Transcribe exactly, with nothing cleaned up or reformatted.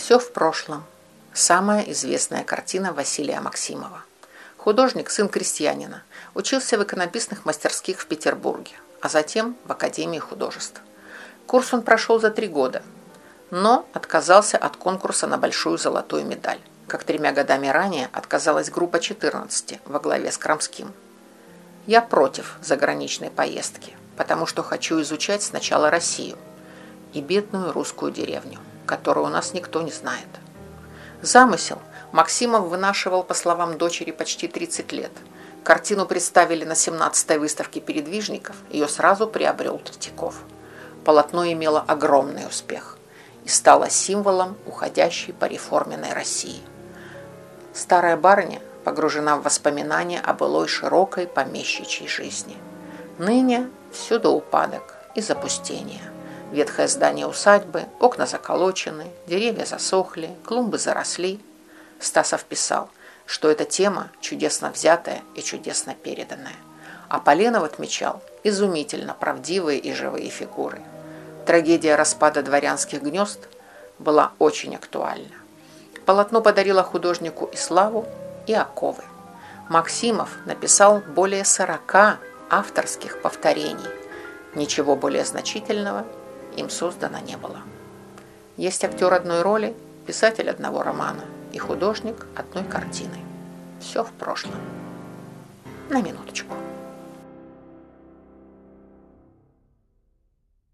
Все в прошлом. Самая известная картина Василия Максимова. Художник, сын крестьянина, учился в иконописных мастерских в Петербурге, а затем в Академии художеств. Курс он прошел за три года, но отказался от конкурса на большую золотую медаль, как тремя годами ранее отказалась группа четырнадцати во главе с Крамским. Я против заграничной поездки, потому что хочу изучать сначала Россию и бедную русскую деревню, которую у нас никто не знает. Замысел Максимов вынашивал, по словам дочери, почти тридцать лет. Картину представили на семнадцатой выставке передвижников, ее сразу приобрел Третьяков. Полотно имело огромный успех и стало символом уходящей по реформенной России. Старая барыня погружена в воспоминания о былой широкой помещичьей жизни. Ныне всюду упадок и запустение. Ветхое здание усадьбы, окна заколочены, деревья засохли, клумбы заросли. Стасов писал, что эта тема чудесно взятая и чудесно переданная. А Поленов отмечал изумительно правдивые и живые фигуры. Трагедия распада дворянских гнезд была очень актуальна. Полотно подарило художнику и славу, и оковы. Максимов написал более сорока авторских повторений. Ничего более значительного им создано не было. Есть актер одной роли, писатель одного романа и художник одной картины. Все в прошлом. На минуточку.